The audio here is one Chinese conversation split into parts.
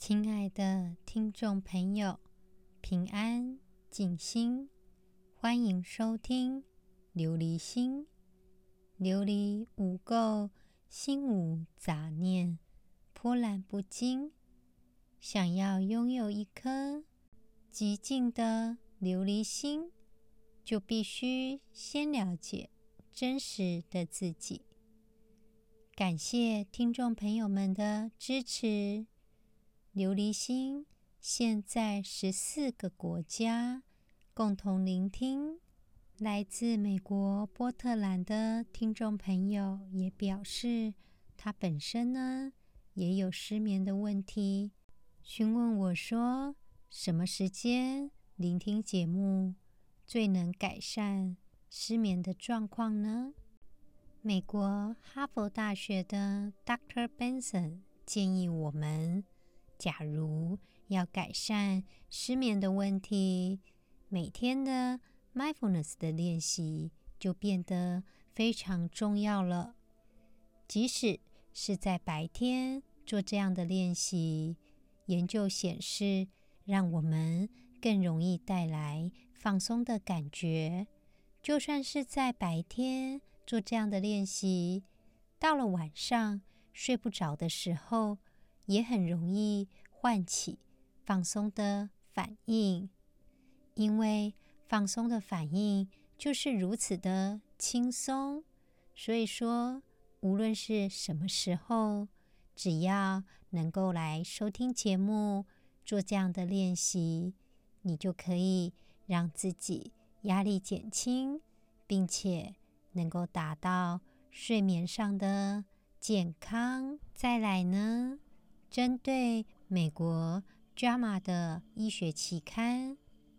亲爱的听众朋友，平安静心，欢迎收听琉璃心。琉璃无垢，心无杂念，波澜不惊。想要拥有一颗极静的琉璃心，就必须先了解真实的自己。感谢听众朋友们的支持。琉璃心现在14个国家共同聆听。来自美国波特兰的听众朋友也表示，他本身呢也有失眠的问题，询问我说，什么时间聆听节目最能改善失眠的状况呢？美国哈佛大学的 Dr. Benson 建议我们，假如要改善失眠的问题，每天的 mindfulness 的练习就变得非常重要了。即使是在白天做这样的练习，研究显示，让我们更容易带来放松的感觉。就算是在白天做这样的练习，到了晚上睡不着的时候，也很容易唤起放松的反应。因为放松的反应就是如此的轻松，所以说无论是什么时候，只要能够来收听节目，做这样的练习，你就可以让自己压力减轻，并且能够达到睡眠上的健康。再来呢，针对美国 JAMA 的医学期刊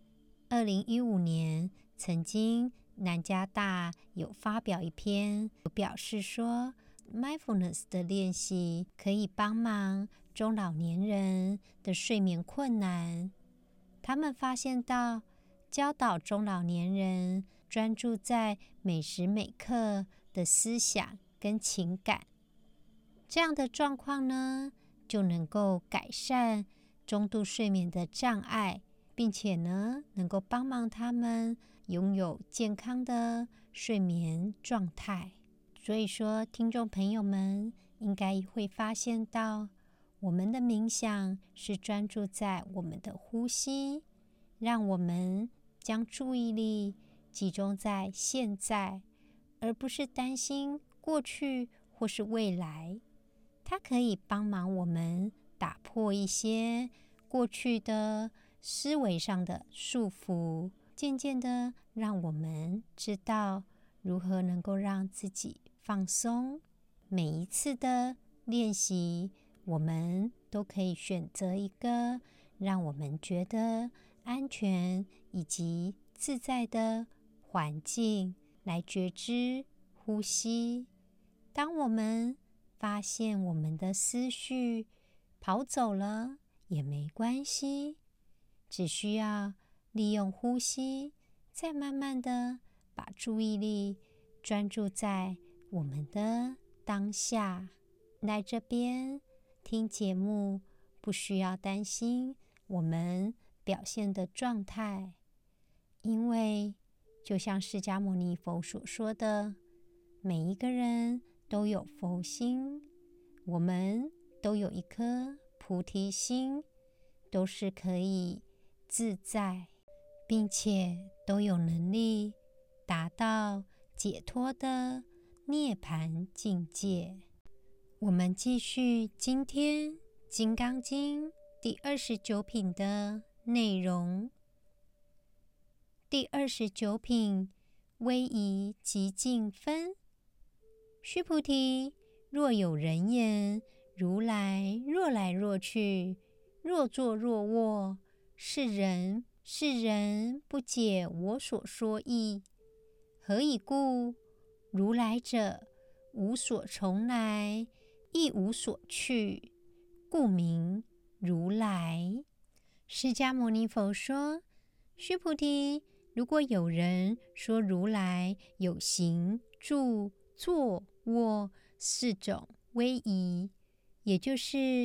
，2015年曾经南加大有发表一篇，表示说 mindfulness 的练习可以帮忙中老年人的睡眠困难。他们发现到，教导中老年人专注在每时每刻的思想跟情感，这样的状况呢，就能够改善中度睡眠的障碍，并且呢，能够帮忙他们拥有健康的睡眠状态。所以说，听众朋友们应该会发现到，我们的冥想是专注在我们的呼吸，让我们将注意力集中在现在，而不是担心过去或是未来。它可以帮忙我们打破一些过去的思维上的束缚，渐渐的让我们知道如何能够让自己放松。每一次的练习，我们都可以选择一个让我们觉得安全以及自在的环境来觉知呼吸。当我们发现我们的思绪跑走了也没关系，只需要利用呼吸，再慢慢的把注意力专注在我们的当下。来这边听节目，不需要担心我们表现的状态，因为就像释迦牟尼佛所说的，每一个人都有佛心，我们都有一颗菩提心，都是可以自在，并且都有能力达到解脱的涅槃境界。我们继续今天《金刚经》第29品的内容。第29品，威仪极静分。须菩提，若有人言，如来若来若去，若坐若卧，是人不解我所说义。何以故？如来者，无所从来，亦无所去，故名如来。释迦牟尼佛说，须菩提，如果有人说如来有行住坐卧4种威仪，也就是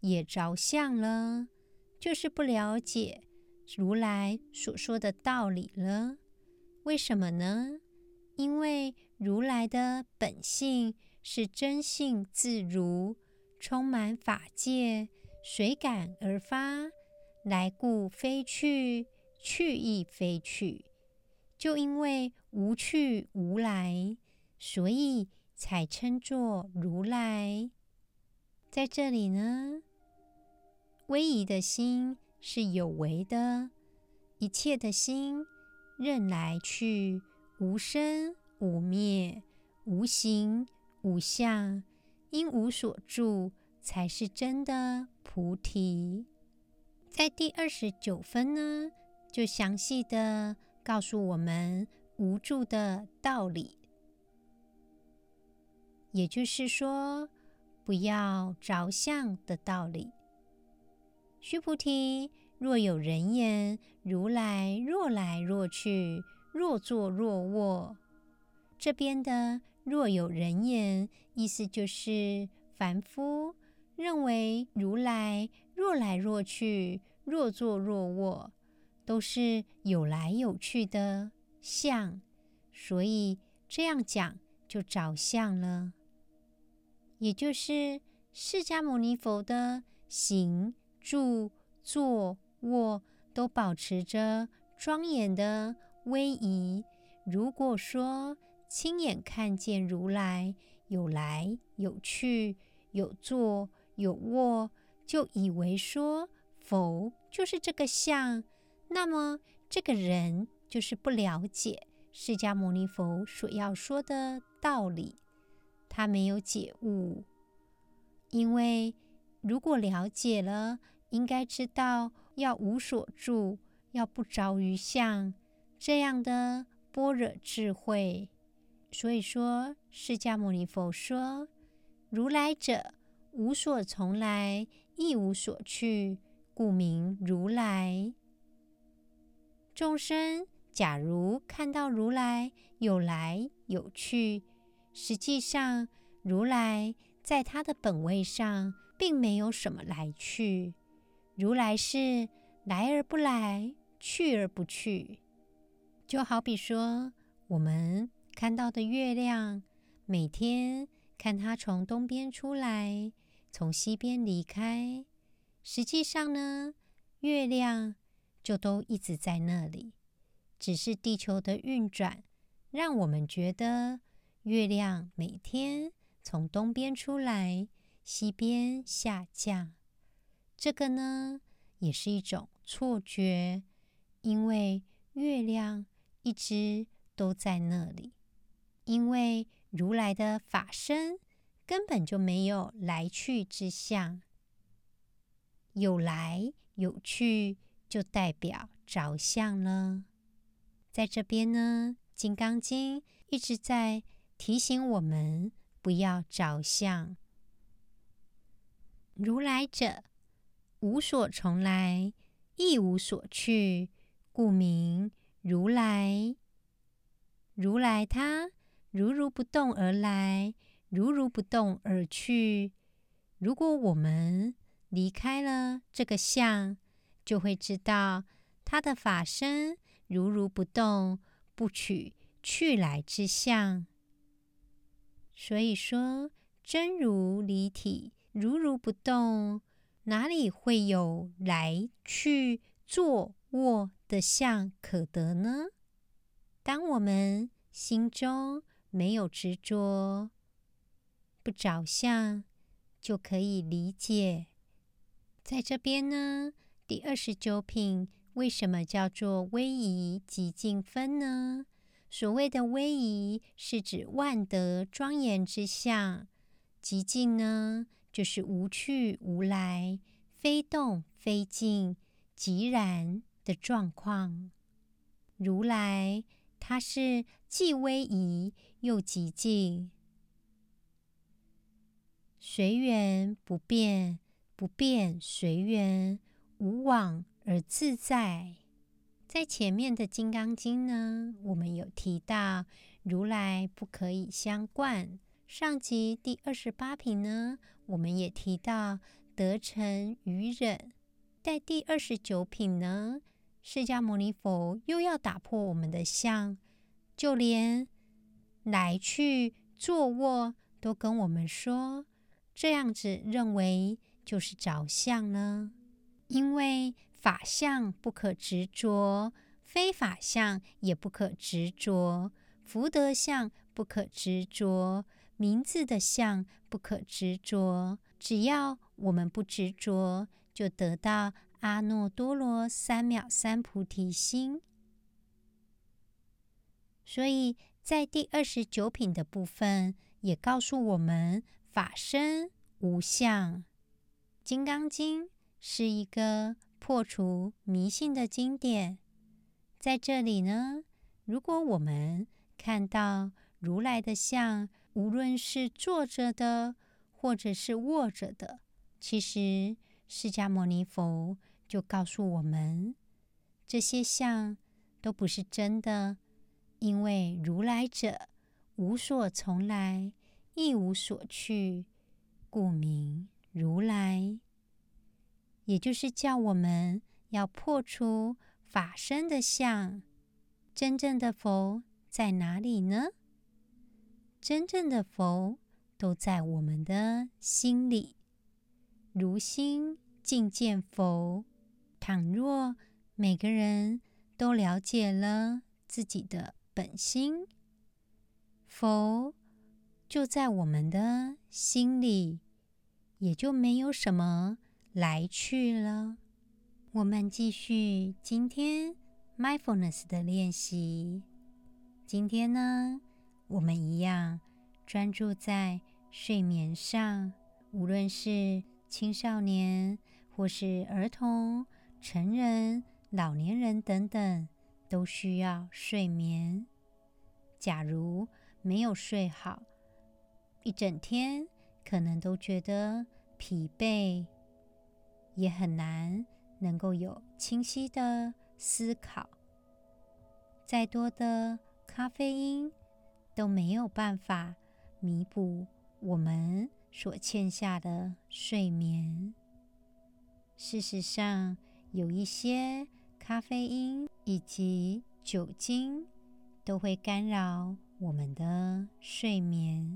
也着相了，就是不了解如来所说的道理了。为什么呢？因为如来的本性是真性自如，充满法界，随感而发，来故非去，去亦非去。就因为无去无来，所以才称作如来。在这里呢，威仪的心是有为的，一切的心任来去，无生无灭，无形无相，因无所住，才是真的菩提。在第29分呢，就详细的告诉我们无住的道理，也就是说，不要着相的道理。须菩提，若有人言如来若来若去，若坐若卧，这边的若有人言，意思就是凡夫认为如来若来若去，若坐若卧，都是有来有去的相，所以这样讲就着相了。也就是释迦牟尼佛的行、住、坐、卧都保持着庄严的威仪。如果说亲眼看见如来有来有去，有坐有卧，就以为说佛就是这个相，那么这个人就是不了解释迦牟尼佛所要说的道理，他没有解悟。因为如果了解了，应该知道要无所住，要不着于相，这样的般若智慧。所以说释迦牟尼佛说，如来者无所从来，亦无所去，故名如来。众生假如看到如来有来有去，实际上如来在他的本位上并没有什么来去，如来是来而不来，去而不去。就好比说我们看到的月亮，每天看它从东边出来，从西边离开，实际上呢，月亮就都一直在那里，只是地球的运转让我们觉得月亮每天从东边出来，西边下降。这个呢，也是一种错觉，因为月亮一直都在那里。因为如来的法身根本就没有来去之相，有来有去就代表着相了。在这边呢，《金刚经》一直在提醒我们不要着相。如来者，无所从来，亦无所去，故名如来。如来他如如不动而来，如如不动而去。如果我们离开了这个相，就会知道他的法身如如不动，不取去来之相。所以说，真如离体，如如不动，哪里会有来去坐卧的相可得呢？当我们心中没有执着，不着相，就可以理解。在这边呢，第29品为什么叫做威仪极尽分呢？所谓的威仪是指万德庄严之相，极尽呢就是无去无来，非动非静，寂然的状况。如来它是既威仪又极静，随缘不变，不变随缘，无往而自在。在前面的《金刚经》呢，我们有提到如来不可以相惯。上集第28品呢，我们也提到得成于忍。在第29品呢，释迦牟尼佛又要打破我们的相，就连来去坐卧都跟我们说，这样子认为就是着相呢。因为法相不可执着，非法相也不可执着，福德相不可执着，名字的相不可执着。只要我们不执着，就得到阿耨多罗三藐三菩提心。所以在第29品的部分也告诉我们，法身无相。金刚经是一个破除迷信的经典。在这里呢，如果我们看到如来的像，无论是坐着的或者是卧着的，其实释迦牟尼佛就告诉我们，这些像都不是真的，因为如来者无所从来，亦无所去，故名如来。也就是叫我们要破除法身的相。真正的佛在哪里呢？真正的佛都在我们的心里。如心尽见佛。倘若每个人都了解了自己的本心，佛就在我们的心里，也就没有什么来去了。我们继续今天 mindfulness 的练习。今天呢，我们一样专注在睡眠上，无论是青少年或是儿童、成人、老年人等等，都需要睡眠。假如没有睡好，一整天可能都觉得疲惫，也很难能够有清晰的思考。再多的咖啡因都没有办法弥补我们所欠下的睡眠。事实上，有一些咖啡因以及酒精都会干扰我们的睡眠。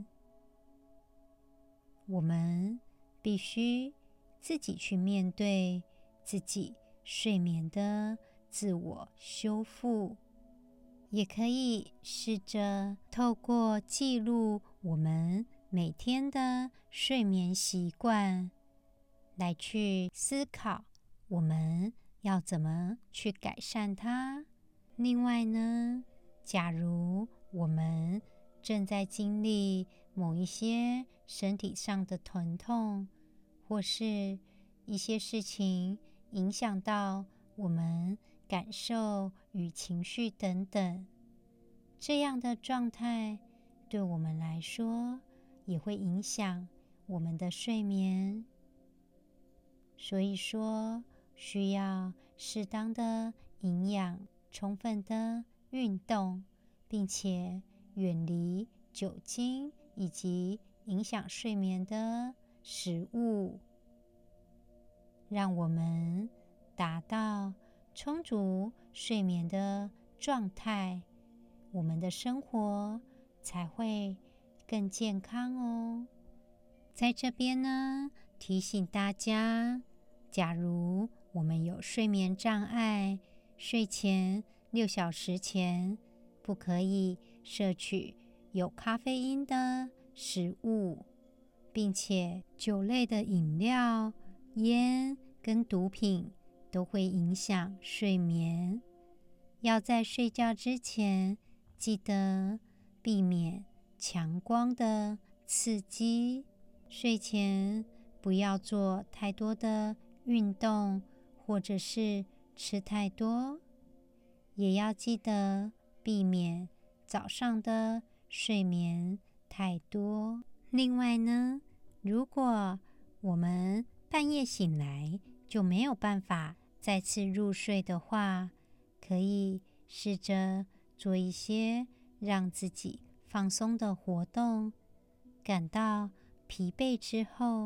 我们必须自己去面对自己睡眠的自我修复，也可以试着透过记录我们每天的睡眠习惯，来去思考我们要怎么去改善它。另外呢，假如我们正在经历某一些身体上的疼痛，或是一些事情影响到我们感受与情绪等等，这样的状态对我们来说也会影响我们的睡眠。所以说，需要适当的营养，充分的运动，并且远离酒精以及影响睡眠的食物，让我们达到充足睡眠的状态，我们的生活才会更健康哦。在这边呢，提醒大家，假如我们有睡眠障碍，睡前6小时前不可以摄取有咖啡因的食物，并且酒类的饮料、烟跟毒品都会影响睡眠。要在睡觉之前记得避免强光的刺激，睡前不要做太多的运动，或者是吃太多，也要记得避免早上的睡眠太多。另外呢，如果我们半夜醒来就没有办法再次入睡的话，可以试着做一些让自己放松的活动，感到疲惫之后，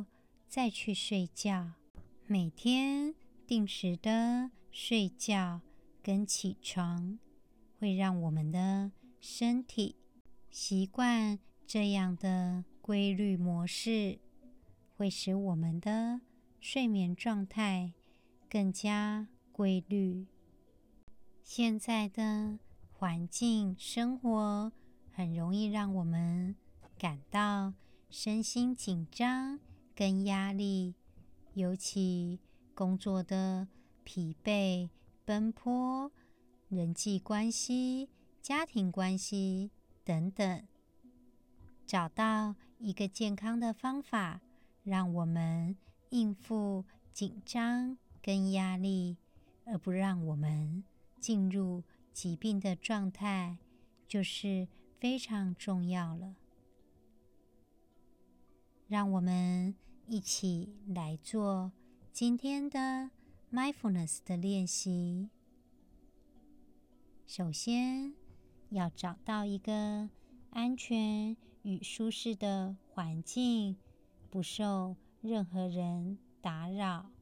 再去睡觉。每天定时的睡觉跟起床，会让我们的身体习惯这样的规律模式，会使我们的睡眠状态更加规律。现在的环境生活很容易让我们感到身心紧张跟压力，尤其工作的疲惫、奔波、人际关系、家庭关系等等。找到一个健康的方法，让我们应付紧张跟压力，而不让我们进入疾病的状态，就是非常重要了。让我们一起来做今天的 mindfulness 的练习。首先，要找到一个安全与舒适的环境，不受任何人打扰。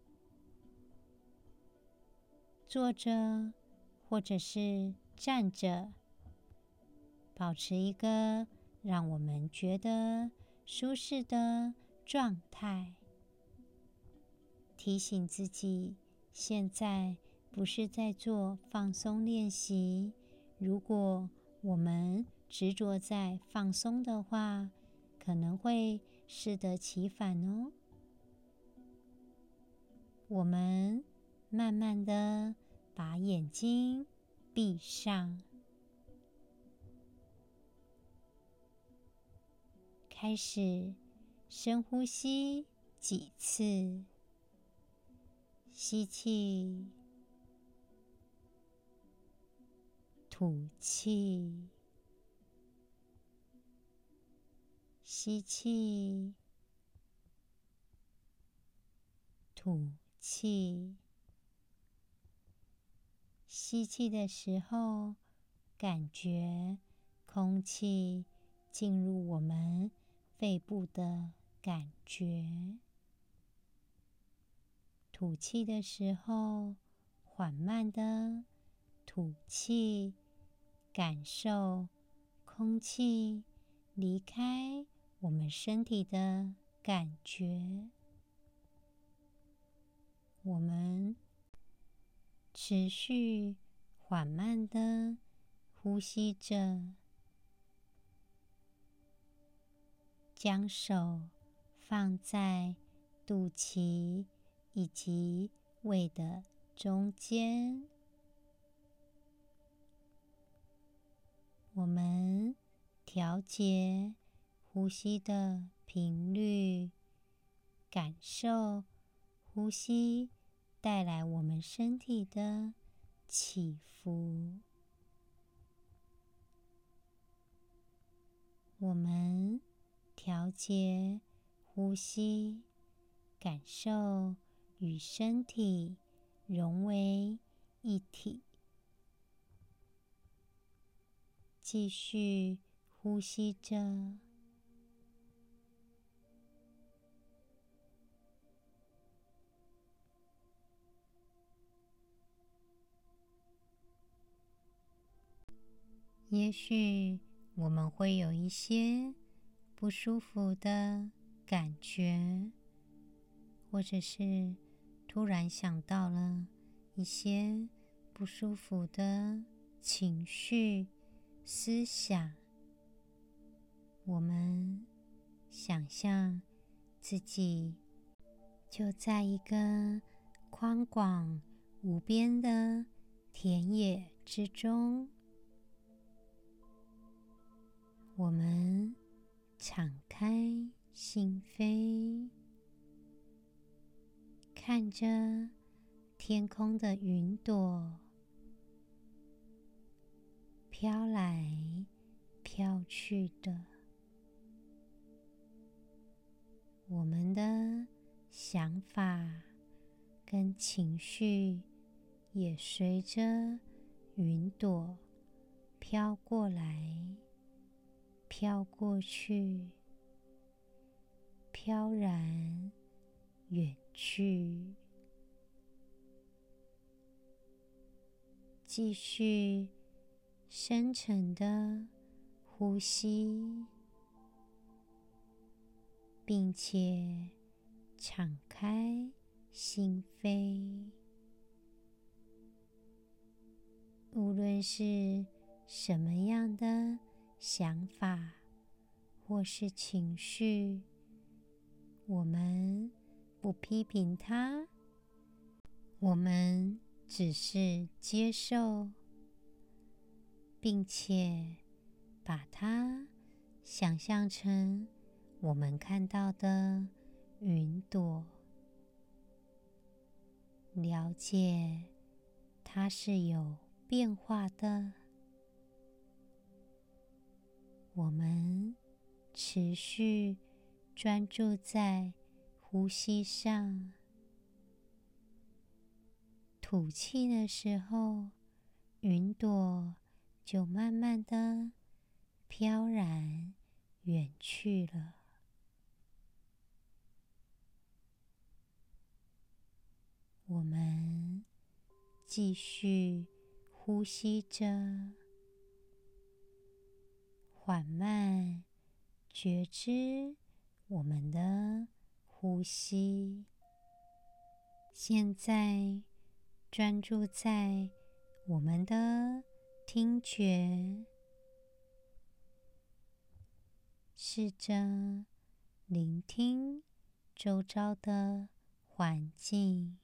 坐着或者是站着，保持一个让我们觉得舒适的状态。提醒自己，现在不是在做放松练习。如果我们执着在放松的话，可能会适得其反哦。我们慢慢的把眼睛闭上，开始深呼吸几次，吸气，吐气，吸气，吐气。吸气的时候，感觉空气进入我们肺部的感觉。吐气的时候，缓慢的吐气，感受空气离开我们身体的感觉。我们持续缓慢的呼吸着，将手放在肚脐以及胃的中间。我们调节呼吸的频率，感受呼吸带来我们身体的起伏。我们调节呼吸，感受与身体融为一体。继续呼吸着，也许我们会有一些不舒服的感觉，或者是突然想到了一些不舒服的情绪、思想。我们想象自己就在一个宽广无边的田野之中，我们敞开心扉，看着天空的云朵飘来飘去的，我们的想法跟情绪也随着云朵飘过来，飘过去，飘然远去。继续深沉的呼吸，并且敞开心扉。无论是什么样的想法或是情绪，我们不批评它，我们只是接受，并且把它想象成我们看到的云朵，了解它是有变化的。我们持续专注在呼吸上，吐气的时候，云朵就慢慢的飘然远去了。我们继续呼吸着，缓慢觉知我们的呼吸。现在专注在我们的听觉，试着聆听周遭的环境。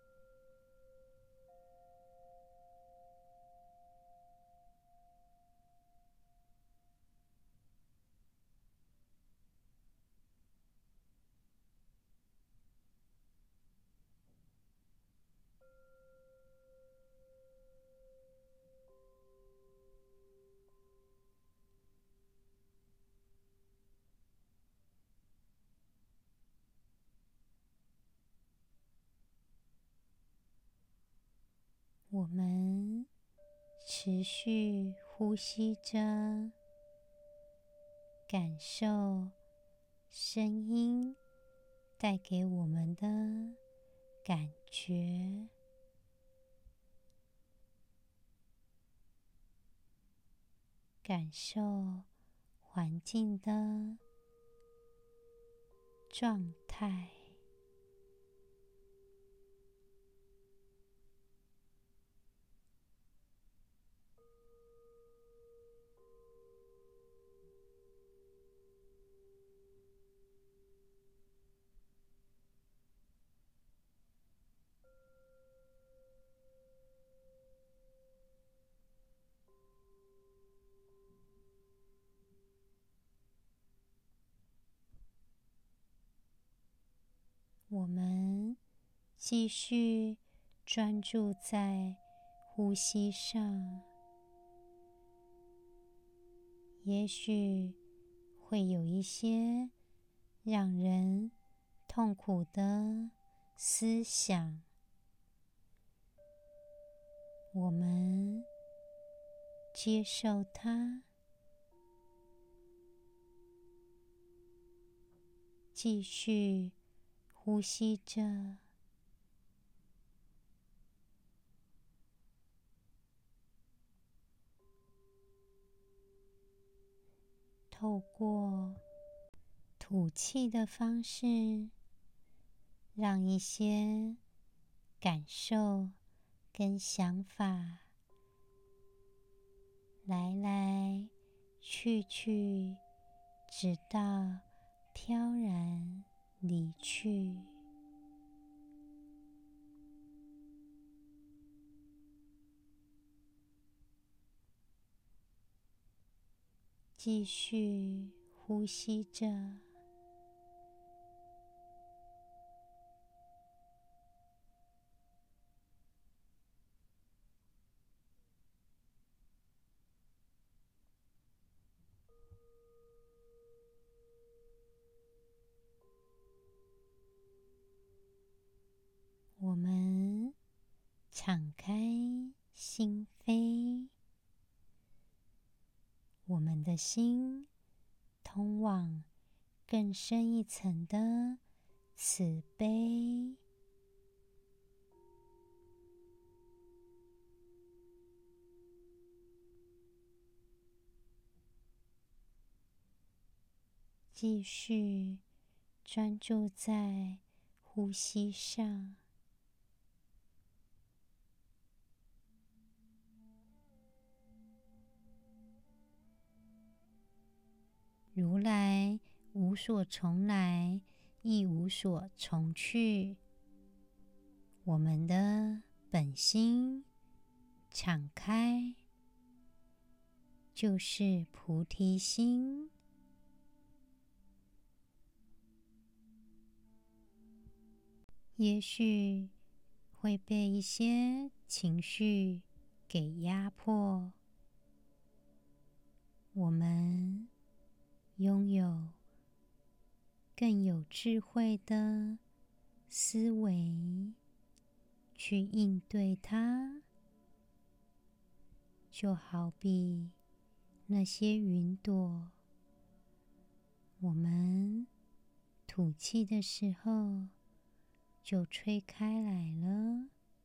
我们持续呼吸着，感受声音带给我们的感觉，感受环境的状态。我们继续专注在呼吸上，也许会有一些让人痛苦的思想，我们接受它，继续呼吸着，透过吐气的方式，让一些感受跟想法来来去去，直到飘然离去。继续呼吸着，我们敞开心扉，我们的心通往更深一层的慈悲。继续专注在呼吸上，如来无所从来，亦无所从去。我们的本心敞开，就是菩提心。也许会被一些情绪给压迫，我们拥有更有智慧的思维去应对它，就好比那些云朵，我们吐气的时候就吹开来了。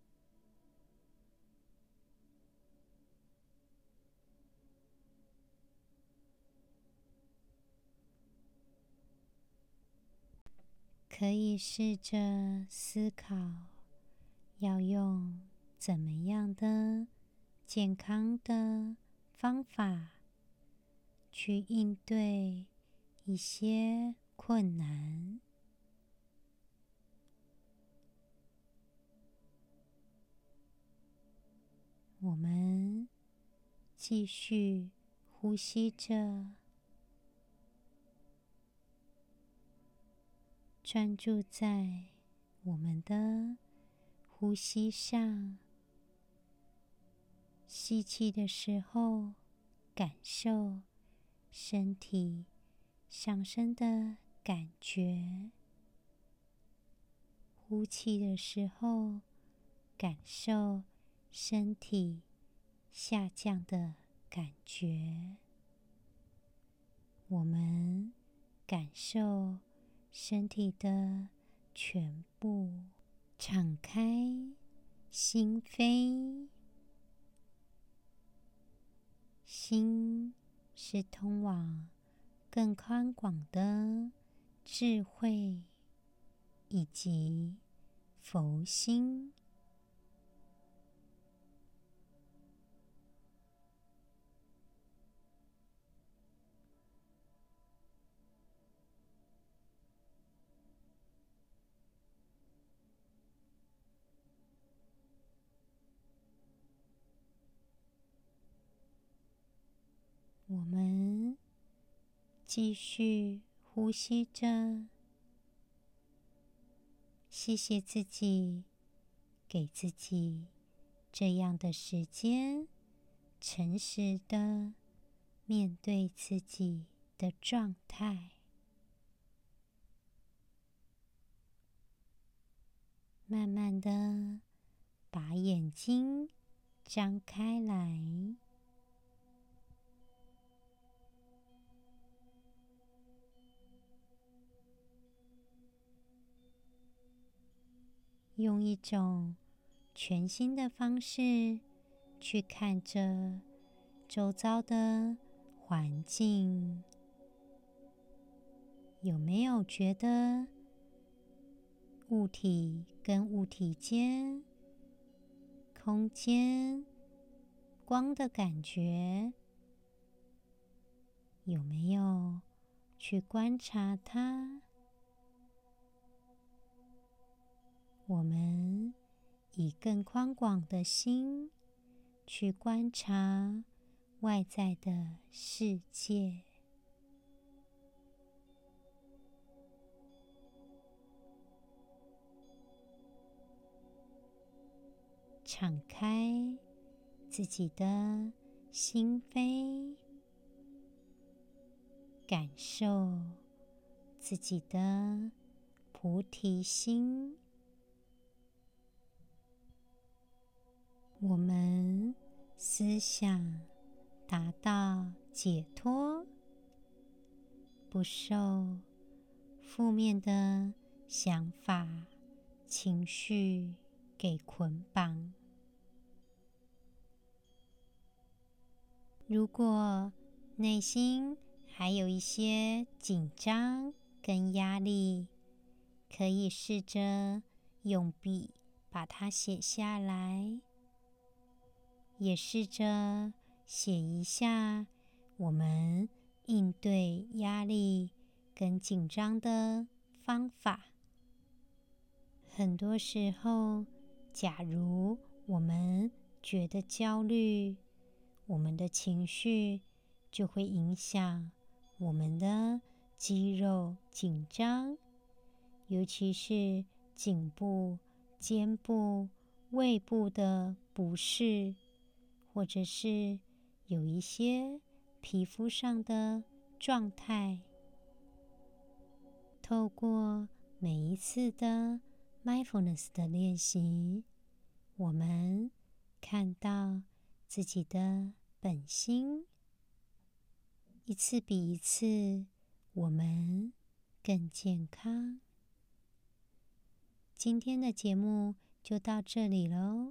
可以试着思考，要用怎么样的健康的方法去应对一些困难。我们继续呼吸着，专注在我们的呼吸上。吸气的时候，感受身体上升的感觉；呼气的时候，感受身体下降的感觉。我们感受身体的全部，敞开心扉。心是通往更宽广的智慧以及佛心。我们继续呼吸着，谢谢自己，给自己这样的时间，诚实的面对自己的状态。慢慢的把眼睛张开来，用一种全新的方式去看着周遭的环境。有没有觉得物体跟物体间、空间、光的感觉？有没有去观察它？我们以更宽广的心去观察外在的世界，敞开自己的心扉，感受自己的菩提心。我们思想达到解脱，不受负面的想法、情绪给捆绑。如果内心还有一些紧张跟压力，可以试着用笔把它写下来，也试着写一下我们应对压力跟紧张的方法。很多时候，假如我们觉得焦虑，我们的情绪就会影响我们的肌肉紧张，尤其是颈部、肩部、胃部的不适，或者是有一些皮肤上的状态。透过每一次的 mindfulness 的练习，我们看到自己的本心，一次比一次，我们更健康。今天的节目就到这里咯，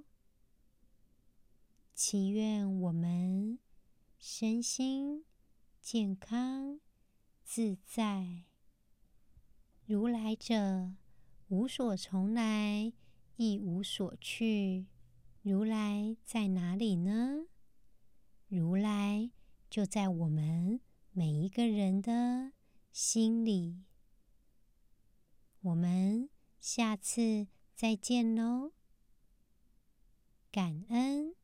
祈愿我们身心健康自在。如来者，无所从来，亦无所去。如来在哪里呢？如来就在我们每一个人的心里。我们下次再见咯，感恩。